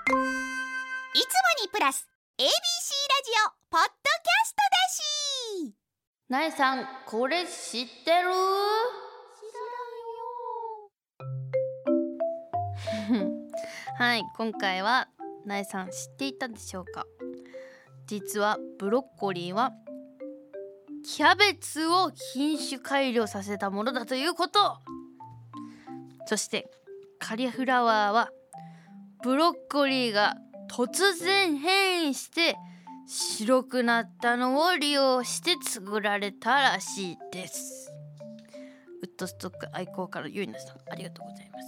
いつもにプラス ABC ラジオポッドキャストだし。 なえさん、これ知ってる？知らんよはい、今回はなえさん知っていたでしょうか？実はブロッコリーはキャベツを品種改良させたものだということ。そしてカリフラワーはブロッコリーが突然変異して白くなったのを利用して作られたらしいです。ウッドストック愛好家のゆいなさん、ありがとうございます。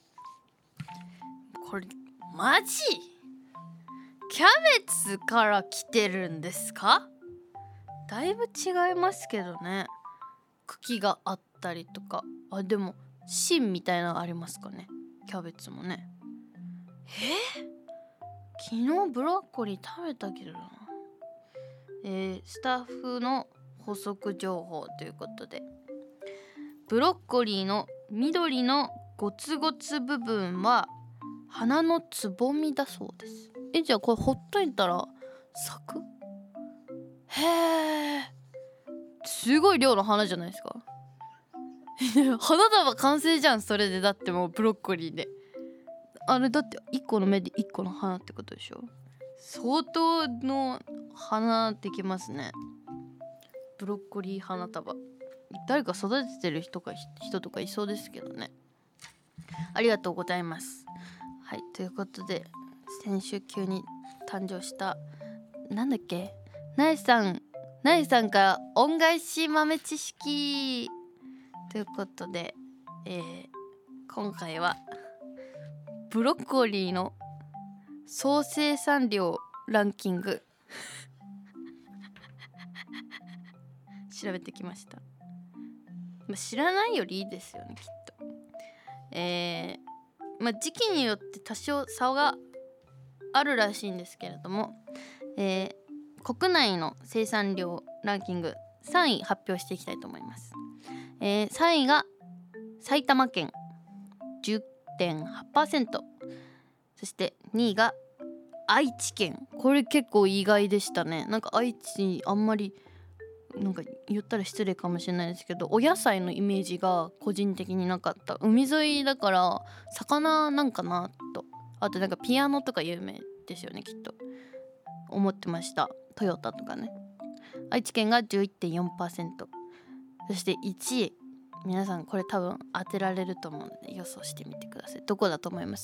これマジ？キャベツから来てるんですか？だいぶ違いますけどね。茎があったりとか、でも芯みたいなのありますかね、キャベツもね。昨日ブロッコリー食べたけどな。スタッフの補足情報ということで、ブロッコリーの緑のゴツゴツ部分は花のつぼみだそうです。じゃあこれほっといたら咲く？へー、すごい量の花じゃないですか。花束完成じゃん、それで。だってもうブロッコリーであれだって1個の芽で1個の花ってことでしょ。相当の花できますね、ブロッコリー花束。誰か育ててる人とかいそうですけどね。ありがとうございます。はい、ということで先週急に誕生したなんだっけ、なえさんから恩返し豆知識ということで、今回はブロッコリーの総生産量ランキング調べてきました。知らないよりいいですよね、きっと。時期によって多少差があるらしいんですけれども、国内の生産量ランキング3位発表していきたいと思います。3位が埼玉県 10.8%、 そして2位が愛知県。これ結構意外でしたね。なんか愛知あんまりなんか言ったら失礼かもしれないですけど、お野菜のイメージが個人的になかった。海沿いだから魚なんかなと、あとなんかピアノとか有名ですよね、きっと思ってました。トヨタとかね。愛知県が 11.4%、 そして1位、皆さんこれ多分当てられると思うので予想してみてください。どこだと思います？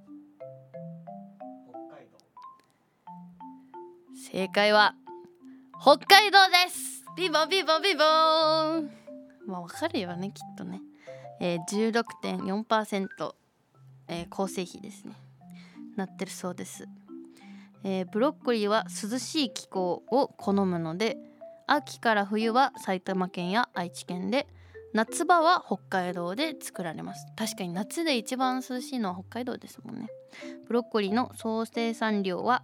正解は北海道です。ビボンビボンビボン。わかるよね、きっとね。16.4%、構成比ですね、なってるそうです。ブロッコリーは涼しい気候を好むので、秋から冬は埼玉県や愛知県で、夏場は北海道で作られます。確かに夏で一番涼しいのは北海道ですもんね。ブロッコリーの総生産量は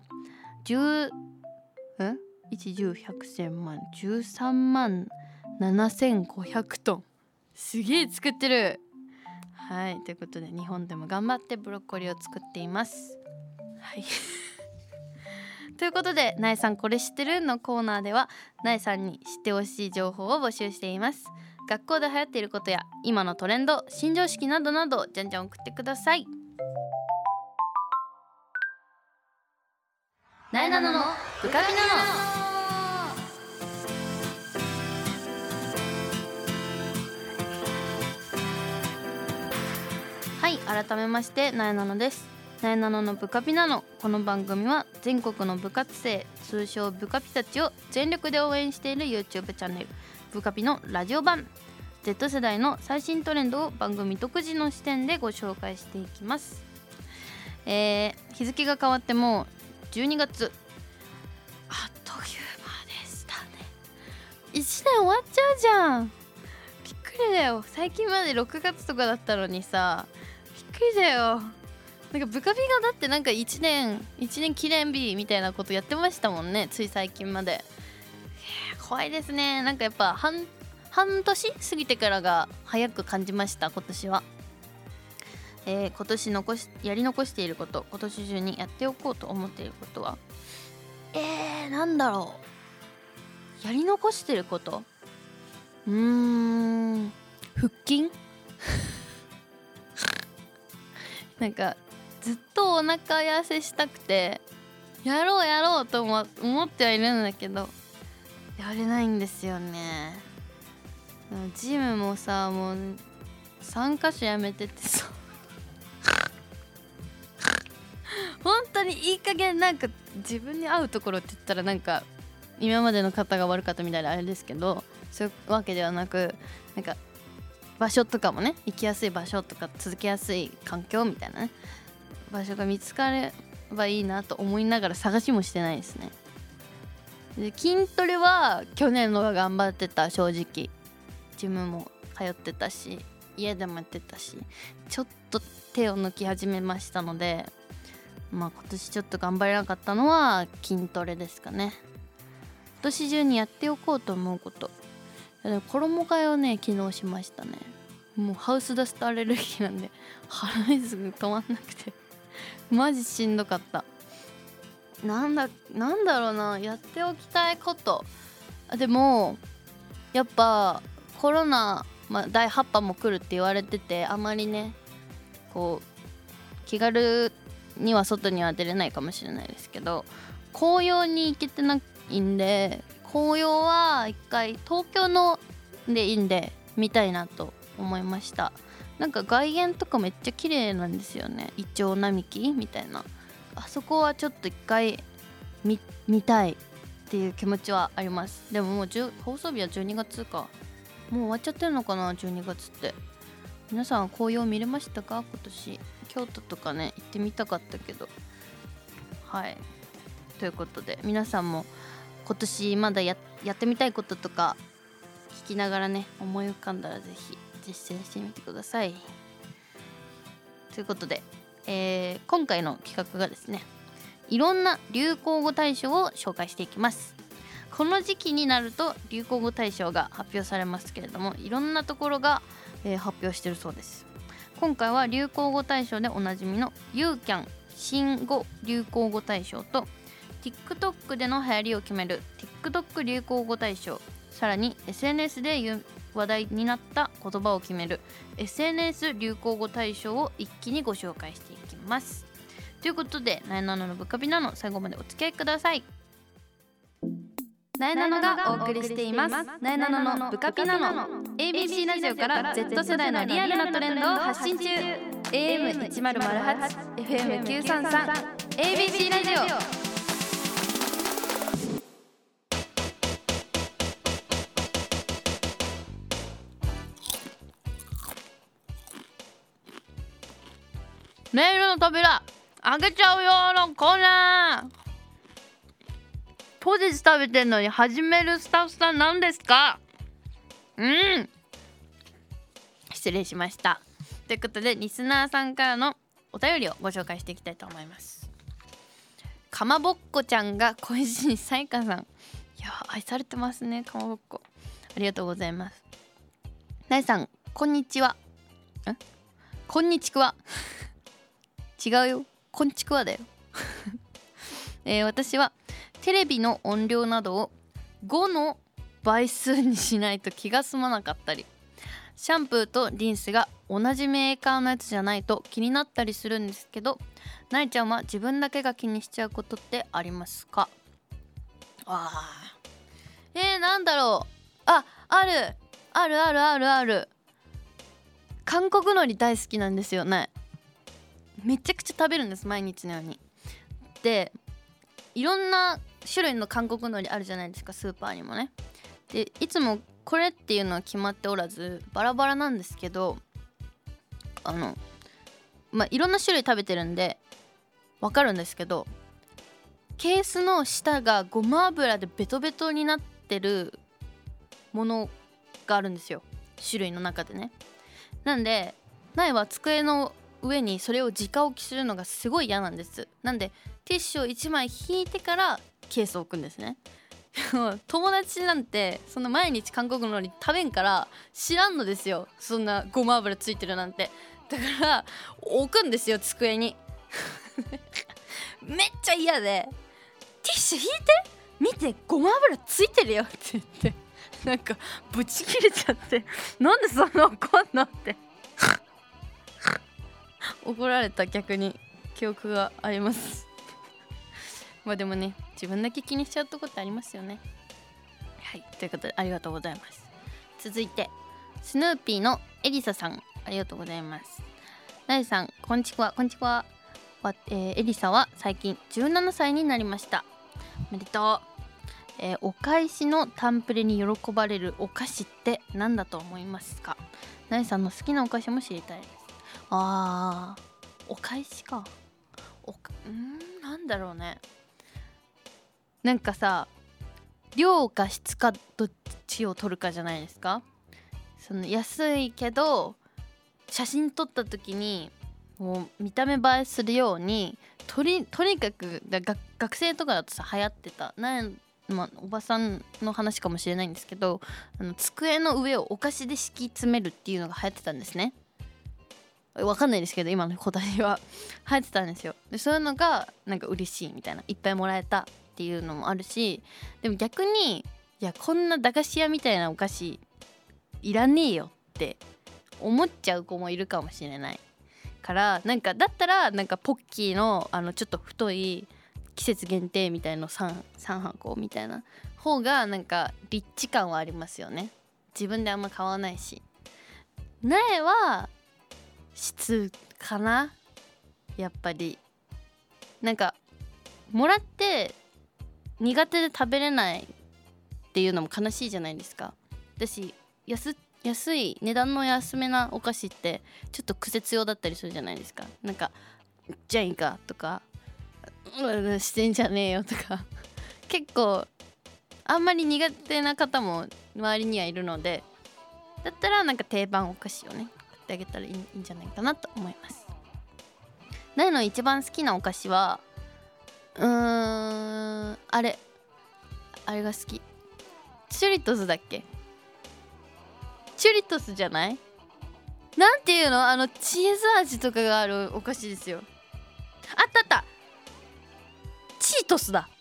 1、10、100、1000万、13万7500トン。すげえ作ってる。はい、ということで日本でも頑張ってブロッコリーを作っています。はいということで、なえさんこれ知ってるのコーナーでは、なえさんに知ってほしい情報を募集しています。学校で流行っていることや今のトレンド、新常識などなどじゃんじゃん送ってください。なえなののブカピナノ。はい、改めましてなえなのです。なえなののブカピナノ。この番組は全国の部活生、通称ブカピたちを全力で応援している YouTube チャンネルブカピのラジオ版。 Z 世代の最新トレンドを番組独自の視点でご紹介していきます。日付が変わってもう12月、あっという間でしたね。1年終わっちゃうじゃん。びっくりだよ。最近まで6月とかだったのにさ、びっくりだよ。なんかブカビがだってなんか1年記念日みたいなことやってましたもんね、つい最近まで。怖いですね。なんかやっぱ半年過ぎてからが早く感じました、今年は。 今年やり残していること、今年中にやっておこうと思っていることは、なんだろう、やり残してること、腹筋なんかずっとお腹痩せしたくてやろうと思ってはいるんだけど、やれないんですよね。ジムもさ、もう3カ所やめててさ本当にいい加減、なんか自分に合うところって言ったらなんか今までの方が悪かったみたいなあれですけど、そういうわけではなく、なんか場所とかもね、行きやすい場所とか続けやすい環境みたいなね、場所が見つかればいいなと思いながら探しもしてないですね。で筋トレは去年のが頑張ってた、正直ジムも通ってたし家でもやってたし、ちょっと手を抜き始めましたので、今年ちょっと頑張れなかったのは筋トレですかね。今年中にやっておこうと思うこと、でも衣替えをね昨日しましたね。もうハウスダストアレルギーなんで鼻水が止まんなくてマジしんどかった。なんだろうな、やっておきたいこと、でもやっぱコロナ、第8波も来るって言われてて、あまりねこう気軽には外には出れないかもしれないですけど、紅葉に行けてないんで、紅葉は一回東京のでいいんで見たいなと思いました。なんか外苑とかめっちゃ綺麗なんですよね。イチョウ並木みたいな、あそこはちょっと一回 見たいっていう気持ちはあります。でももう放送日は12月か、もう終わっちゃってるのかな、12月って。皆さん紅葉見れましたか？今年京都とかね行ってみたかったけど。はい、ということで皆さんも今年まだ やってみたいこととか聞きながらね、思い浮かんだらぜひ実践してみてください。ということで、今回の企画がですね、いろんな流行語大賞を紹介していきます。この時期になると流行語大賞が発表されますけれども、いろんなところが、発表してるそうです。今回は流行語大賞でおなじみのユーキャン新語流行語大賞と TikTok での流行りを決める TikTok 流行語大賞、さらに SNS で話題になった言葉を決める SNS 流行語大賞を一気にご紹介していきます。ということで、なえなののブカピナの最後までお付き合いください。なえなのがお送りしていますなえなののブカピナの ABC ラジオから Z 世代のリアルなトレンドを発信中、 AM1008 FM933 ABC ラジオ。メールの扉開けちゃうよのコーナー。ポテチ食べてんのに始めるスタッフさんなんですか？失礼しました。ということでリスナーさんからのお便りをご紹介していきたいと思います。かまぼっこちゃんが小泉さいかさん、いや愛されてますね、かまぼっこ、ありがとうございます。なえさんこんにちは、こんにちくわ違うよ、こんちくわだよ私はテレビの音量などを5の倍数にしないと気が済まなかったり、シャンプーとリンスが同じメーカーのやつじゃないと気になったりするんですけど、なえちゃんは自分だけが気にしちゃうことってありますか？なんだろう、ある。韓国海苔大好きなんですよね。めちゃくちゃ食べるんです、毎日のように。でいろんな種類の韓国海苔あるじゃないですか、スーパーにもね。でいつもこれっていうのは決まっておらずバラバラなんですけど、いろんな種類食べてるんでわかるんですけど、ケースの下がごま油でベトベトになってるものがあるんですよ、種類の中でね。なんで苗は机の上にそれを直置きするのがすごい嫌なんです。なんでティッシュを1枚引いてからケースを置くんですね友達なんてそんな毎日韓国のり食べんから知らんのですよ、そんなごま油ついてるなんて。 だから置くんですよ机にめっちゃ嫌で、ティッシュ引いて見てごま油ついてるよって言ってなんかブチ切れちゃって、なんでそんな怒んのって怒られた逆に記憶がありますまあでもね、自分だけ気にしちゃうとこってありますよね。はい、ということでありがとうございます。続いてスヌーピーのエリサさん、ありがとうございます。ナイさん、こんちくわ。こんちくわ。エリサは最近17歳になりました。おめでとう。お返しのタンプレに喜ばれるお菓子って何だと思いますか？ナイさんの好きなお菓子も知りたいです。お返しか。なんだろうね。なんかさ、量か質かどっちを取るかじゃないですか。その安いけど写真撮った時にもう見た目映えするようにとにかく学生とかだとさ流行ってたおばさんの話かもしれないんですけど、机の上をお菓子で敷き詰めるっていうのが流行ってたんですね。わかんないですけど今の答えは流行ってたんですよ。でそういうのがなんか嬉しいみたいな、いっぱいもらえたっていうのもあるし、でも逆にいやこんな駄菓子屋みたいなお菓子いらねえよって思っちゃう子もいるかもしれないから、なんかだったらなんかポッキーのちょっと太い季節限定みたいの 3箱みたいな方がなんかリッチ感はありますよね。自分であんま買わないし。苗は質かな、やっぱり。なんかもらって苦手で食べれないっていうのも悲しいじゃないですか。私安い値段の安めなお菓子ってちょっと癖強だったりするじゃないですか。なんかじゃあいいかとかしてんじゃねえよとか結構あんまり苦手な方も周りにはいるので、だったらなんか定番お菓子をね買ってあげたらいいんじゃないかなと思います。苗の一番好きなお菓子はあれが好き。チュリトスだっけ？チュリトスじゃない？なんていうの？チーズ味とかがあるお菓子ですよ。あったチートスだ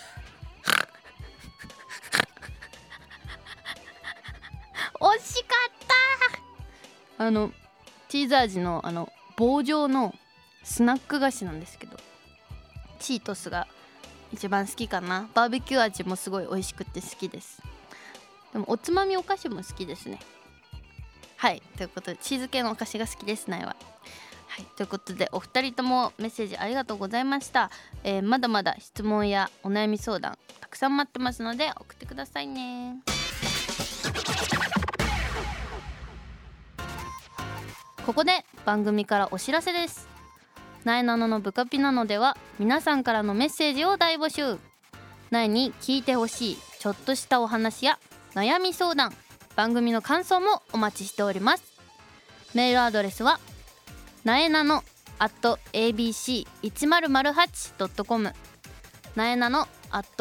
惜しかった。チーズ味の棒状のスナック菓子なんですけど、チートスが一番好きかな。バーベキュー味もすごい美味しくて好きです。でもおつまみお菓子も好きですね。はい、ということでチーズ系のお菓子が好きです苗は。はい、ということでお二人ともメッセージありがとうございました。まだまだ質問やお悩み相談たくさん待ってますので送ってくださいね。ここで番組からお知らせです。なえなののブカピナノでは皆さんからのメッセージを大募集。なえに聞いてほしいちょっとしたお話や悩み相談、番組の感想もお待ちしております。メールアドレスはなえなの @abc1008.com なえなの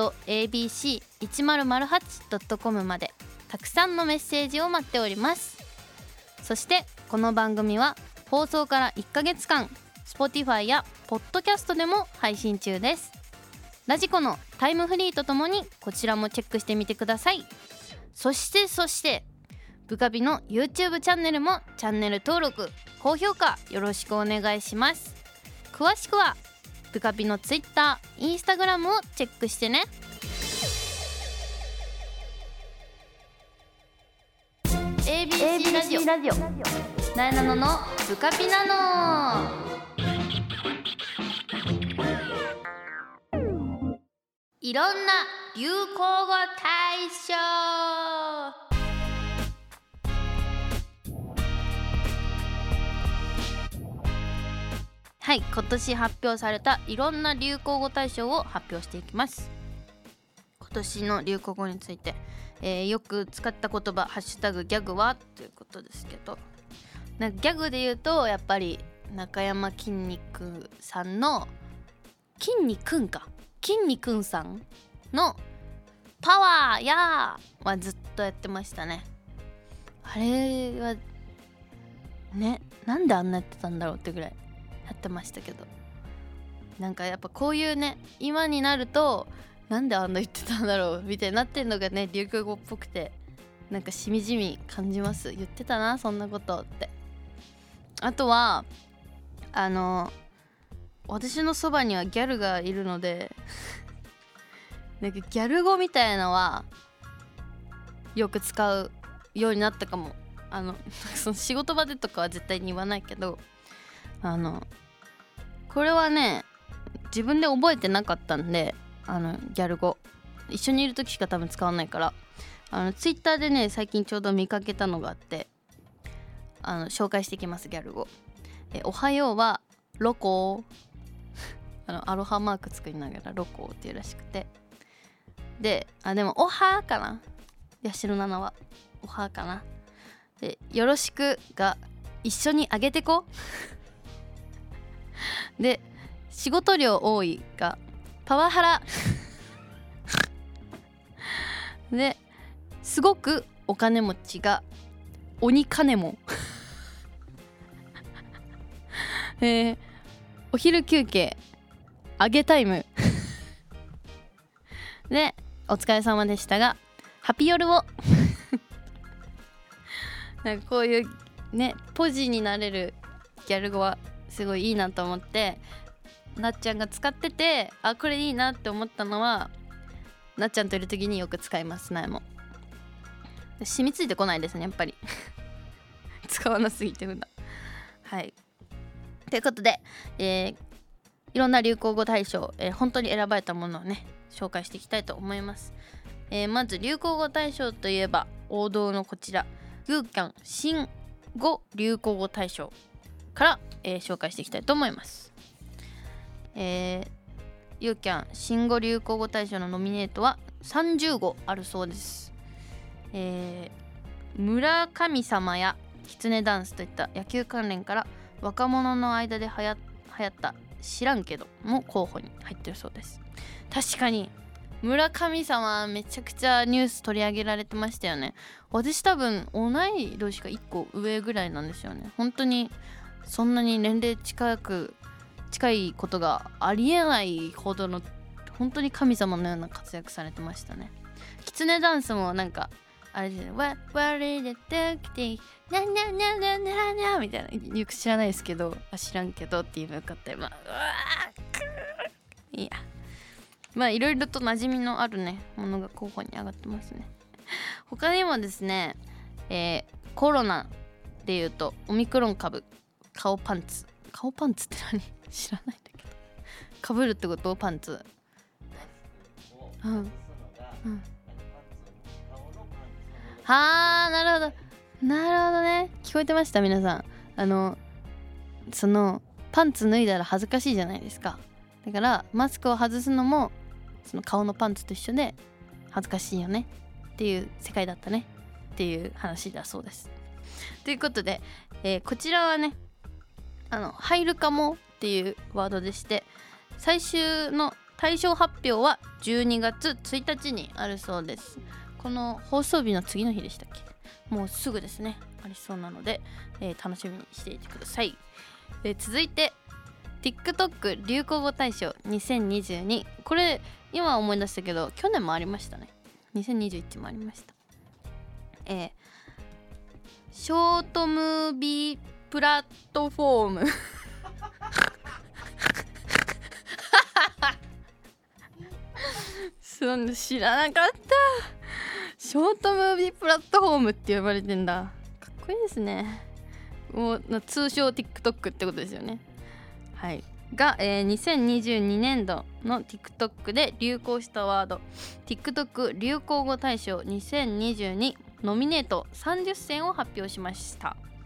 @abc1008.com までたくさんのメッセージを待っております。そしてこの番組は放送から1ヶ月間 Spotify や Podcast でも配信中です。ラジコのタイムフリーとともにこちらもチェックしてみてください。そしてブカビの YouTube チャンネルもチャンネル登録高評価よろしくお願いします。詳しくはブカビの Twitter、Instagram をチェックしてね。ABC ラジオなえなののブカピナノ。いろんな流行語大賞。はい、今年発表されたいろんな流行語大賞を発表していきます。今年の流行語について、よく使った言葉ハッシュタグギャグはということですけど、なんかギャグで言うとやっぱり中山きんに君さんのきんに君さんのパワーやはずっとやってましたね。あれはね、 なんであんなやってたんだろうってぐらいやってましたけど、なんかやっぱこういうね今になるとなんであんな言ってたんだろうみたいになってんのがね流行語っぽくて、なんかしみじみ感じます。言ってたなそんなことって。あとは私のそばにはギャルがいるのでなんかギャル語みたいなのはよく使うようになったかも。その仕事場でとかは絶対に言わないけど、これはね自分で覚えてなかったんで、ギャル語一緒にいる時しか多分使わないから、ツイッターでね最近ちょうど見かけたのがあって、紹介していきます。ギャル語。おはようはロコーアロハマーク作りながらロコーっていうらしくて、でもおはーかな、ヤシロナナはおはーかな。でよろしくが一緒にあげてこで仕事量多いがパワハラですごくお金持ちが鬼金もお昼休憩あげタイムでお疲れ様でしたがハピ夜をなんかこういうねポジになれるギャル語はすごいいいなと思って、なっちゃんが使っててこれいいなって思ったのはなっちゃんといる時によく使います。苗も染みついてこないですねやっぱり使わなすぎて普段。はいということで、いろんな流行語大賞、本当に選ばれたものをね紹介していきたいと思います。まず流行語大賞といえば王道のこちらユーキャン新語流行語大賞から、紹介していきたいと思います。ユーキャン新語流行語大賞のノミネートは30語あるそうです。村神様やキツネダンスといった野球関連から若者の間で流行った知らんけども候補に入ってるそうです。確かに村神様めちゃくちゃニュース取り上げられてましたよね。私多分同い年か1個上ぐらいなんですよね。本当にそんなに年齢近いことがありえないほどの本当に神様のような活躍されてましたね。キツネダンスもなんかあれでわれでてきてななななななみたいな、よく知らないですけど知らんけどって言えばよかったよ。いやいろいろと馴染みのあるねものが候補に上がってますね。他にもですね、コロナでいうとオミクロン株顔パンツって何知らないんだけど、かぶるってことパンツ。なるほどね。聞こえてました皆さん。そのパンツ脱いだら恥ずかしいじゃないですか。だからマスクを外すのもその顔のパンツと一緒で恥ずかしいよねっていう世界だったねっていう話だそうです。ということで、こちらはね入るかもっていうワードでして、最終の大賞発表は12月1日にあるそうです。この放送日の次の日でしたっけ。もうすぐですねありそうなので、楽しみにしていてください。続いて TikTok 流行語大賞2022、これ今思い出したけど去年もありましたね。2021もありました。ショートムービープラットフォームそんな知らなかった。ショートムービープラットフォームって呼ばれてんだ。かっこいいですね。もう通称 TikTok ってことですよね。はいが、2022年度の TikTok で流行したワード TikTok 流行語大賞2022ノミネート30選を発表しました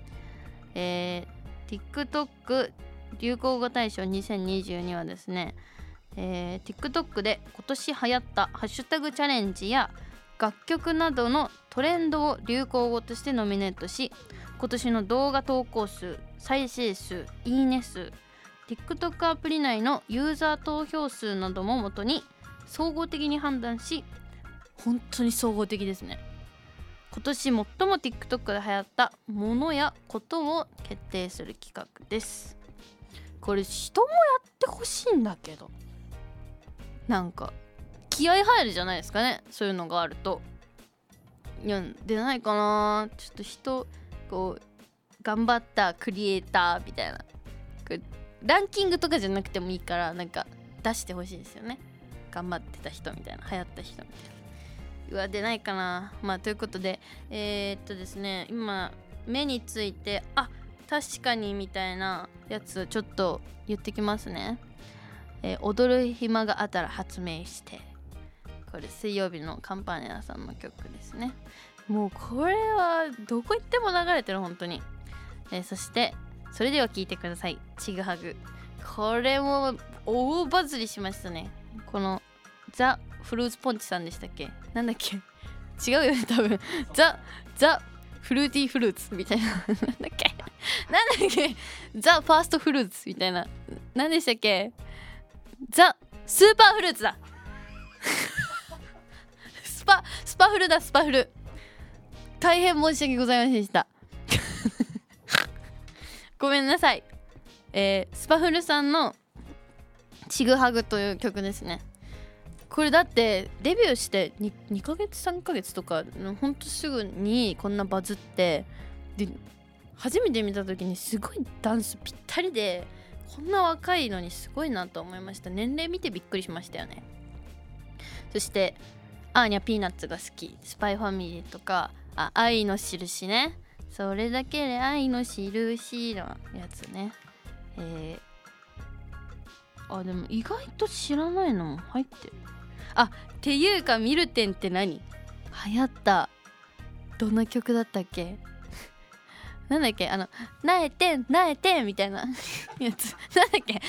。TikTok 流行語大賞2022はですね、TikTok で今年流行ったハッシュタグチャレンジや楽曲などのトレンドを流行語としてノミネートし、今年の動画投稿数、再生数、いいね数、TikTok アプリ内のユーザー投票数などももとに総合的に判断し、本当に総合的ですね。 今年最も TikTok で流行ったものやことを決定する企画です。これ人もやってほしいんだけど、なんか気合入るじゃないですかね、そういうのがあると。いや出ないかな、ちょっと人こう頑張ったクリエイターみたいな、これランキングとかじゃなくてもいいからなんか出してほしいですよね。頑張ってた人みたいな、流行った人みたいな。うわ出ないかな。まあということでですね、今目について確かにみたいなやつちょっと言ってきますね。踊る暇があったら発明して、これ水曜日のカンパネラさんの曲ですね。もうこれはどこ行っても流れてる本当に。そしてそれでは聞いてください、ちぐはぐ。これも大バズりしましたね。このザ・フルーツポンチさんでしたっけ、なんだっけ、違うよね多分ザ・フルーティーフルーツみたいななんだっけザ・ファーストフルーツみたいな、なんでしたっけ、ザ・スーパーフルーツだスパフルだ、スパフル。大変申し訳ございませんでしたごめんなさい。スパフルさんのちぐはぐという曲ですね。これだってデビューして2ヶ月3ヶ月とかほんとすぐにこんなバズって、で初めて見た時にすごいダンスぴったりで、こんな若いのにすごいなと思いました。年齢見てびっくりしましたよね。そしてアーニャピーナッツが好き、スパイファミリーとか、愛の印ね、それだけで愛の印のやつね。でも意外と知らないのも入ってる。っていうかミルテンって何、流行った、どんな曲だったっけなんだっけ、なえてんなえてんみたいなやつなんだっけ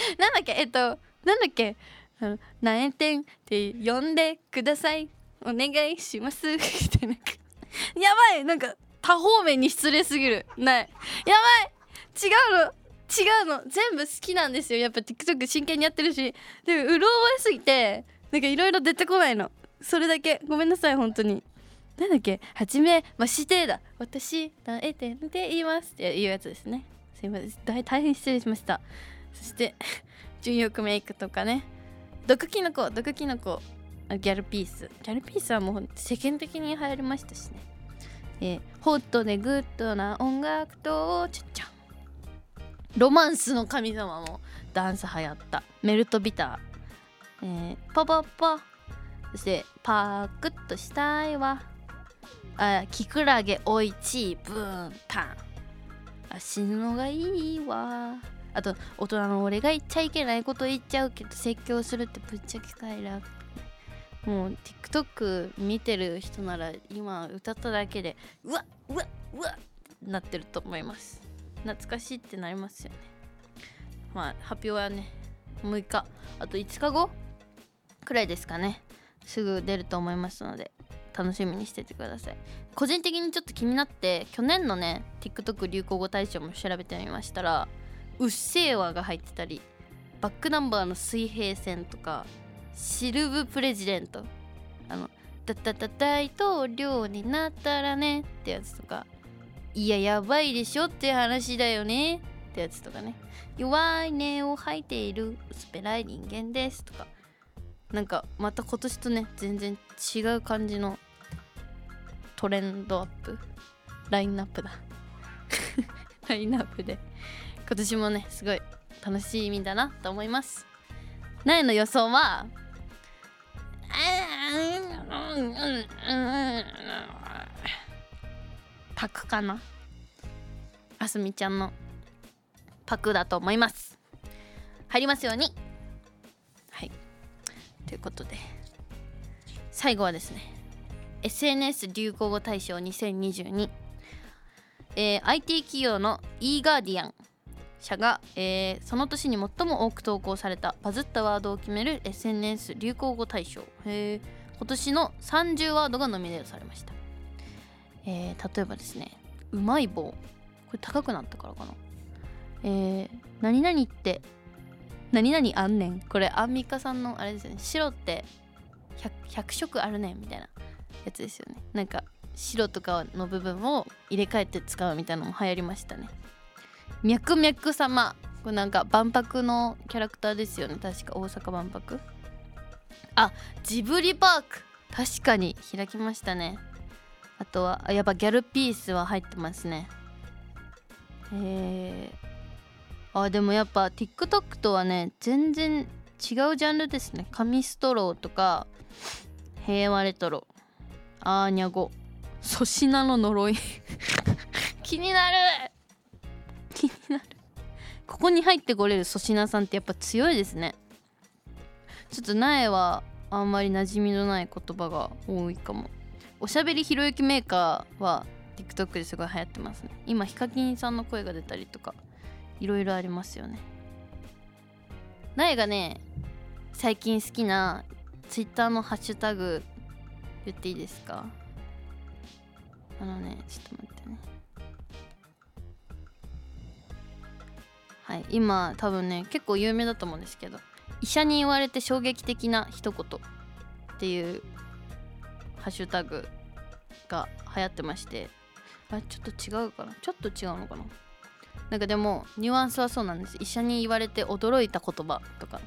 なえてんって呼んでくださいお願いしますみたいなやばい、なんか多方面に失礼すぎる、ない、やばい、違うの全部好きなんですよ。やっぱ TikTok 真剣にやってるし、でもうろ覚えすぎてなんかいろいろ出てこないの、それだけごめんなさい本当に。なんだっけ、はじめましてだ、私なえてんって言いますっていうやつですね。すいません、大変失礼しました。そして純欲メイクとかね、毒キノコギャルピースはもう世間的に流行りましたしね。ホットでグッドな音楽とちゃっちゃん、ロマンスの神様もダンス流行った。メルトビター、ポポポ、そしてパクッとしたいわ、キクラゲおいちブーンパン、死ぬのがいいわ。あと大人の俺が言っちゃいけないこと言っちゃうけど説教するってぶっちゃけ快楽。もう TikTok 見てる人なら今歌っただけでうわなってると思います。懐かしいってなりますよね。まあ発表はね6日、あと5日後くらいですかね、すぐ出ると思いますので楽しみにしててください。個人的にちょっと気になって去年のね TikTok 流行語大賞も調べてみましたら、うっせぇわが入ってたり、バックナンバーの水平線とか、シルブプレジデント、大統領になったらねってやつとか、いややばいでしょって話だよねってやつとかね、弱い根を吐いている薄っぺらい人間ですとか、なんかまた今年とね全然違う感じのトレンドアップラインナップだラインナップで今年もねすごい楽しみだなと思います。苗の予想はパクかな、あすみちゃんのパクだと思います。入りますように。はい、ということで最後はですね SNS 流行語大賞2022、IT 企業の eGuardian 社が、その年に最も多く投稿されたバズったワードを決める SNS 流行語大賞、今年の30ワードがノミネートされました。例えばですね、うまい棒、これ高くなったからかな、何々って何々あんねん、これアンミカさんのあれですよね、白って 100色あるねんみたいなやつですよね。なんか白とかの部分を入れ替えて使うみたいなのも流行りましたね。ミャクミャク様、これなんか万博のキャラクターですよね、確か大阪万博。あ、ジブリパーク、確かに開きましたね。あとはやっぱギャルピースは入ってますね。でもやっぱ TikTok とはね全然違うジャンルですね。紙ストローとか平和レトロ、アーニャゴ、粗品の呪い気になる。ここに入ってこれる粗品さんってやっぱ強いですね。ちょっと苗はあんまり馴染みのない言葉が多いかも。おしゃべりひろゆきメーカーは TikTok ですごい流行ってますね。今ヒカキンさんの声が出たりとかいろいろありますよね。苗がね最近好きな Twitter のハッシュタグ言っていいですか？ちょっと待ってね。はい、今多分ね結構有名だと思うんですけど、医者に言われて衝撃的な一言っていうハッシュタグが流行ってまして、ちょっと違うかな、ちょっと違うのかな、なんかでもニュアンスはそうなんです。医者に言われて驚いた言葉とか、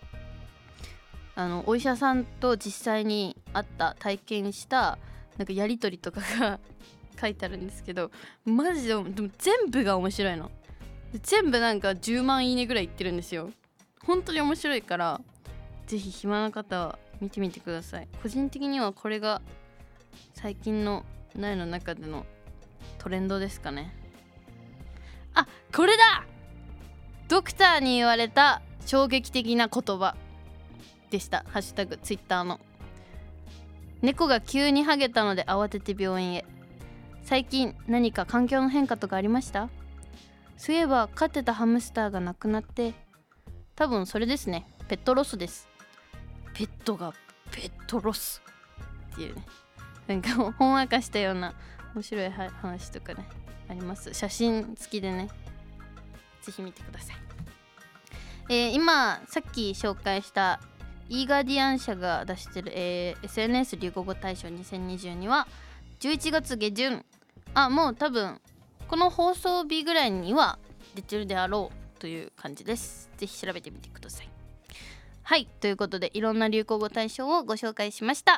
お医者さんと実際に会った体験したなんかやり取りとかが書いてあるんですけど、マジでも全部が面白いの。全部なんか10万いいねぐらいいってるんですよ。本当に面白いからぜひ暇な方は見てみてください。個人的にはこれが最近の苗の中でのトレンドですかね。あ、これだ。ドクターに言われた衝撃的な言葉でした。ハッシュタグツイッターの猫が急にハゲたので慌てて病院へ。最近何か環境の変化とかありました？そういえば飼ってたハムスターが亡くなって、多分それですね。ペットロスです。ペットがペットロスっていうね、なんかほんわかしたような面白い話とかねあります。写真付きでねぜひ見てください。今さっき紹介したイーガーディアン社が出してる、SNS 流行語大賞2022は11月下旬、もう多分この放送日ぐらいには出てるであろうという感じです。ぜひ調べてみてください。はい、ということでいろんな流行語大賞をご紹介しました。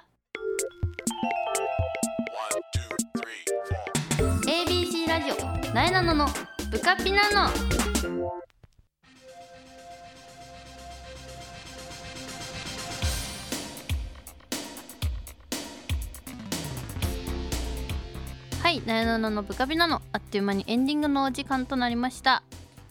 ABC ラジオなえなののブカピナの。はい、なえなののブカピナのあっという間にエンディングのお時間となりました。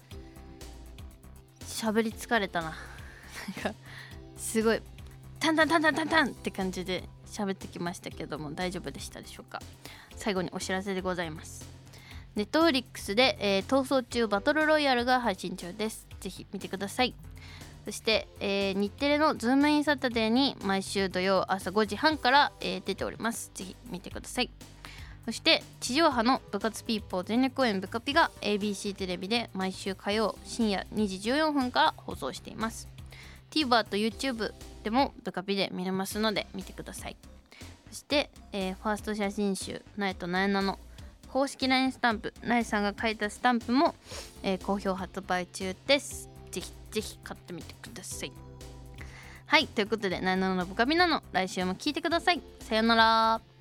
喋り疲れたな。なんかすごいタンタンタンタンタンタンって感じで喋ってきましたけども、大丈夫でしたでしょうか。最後にお知らせでございます。ネットフリックスで、逃走中バトルロイヤルが配信中です。ぜひ見てください。そして、日テレのズームインサタデーに毎週土曜朝5時半から、出ております。ぜひ見てください。そして地上波の部活ピーポー全力応援部カピが ABC テレビで毎週火曜深夜2時14分から放送しています。 TVer と YouTube でも部カピで見れますので見てください。そして、ファースト写真集なえとなえなの公式 LINE スタンプ、なえさんが書いたスタンプも、好評発売中です。ぜひぜひ買ってみてください。はい、ということでなえなののブカピなの来週も聞いてください。さよなら。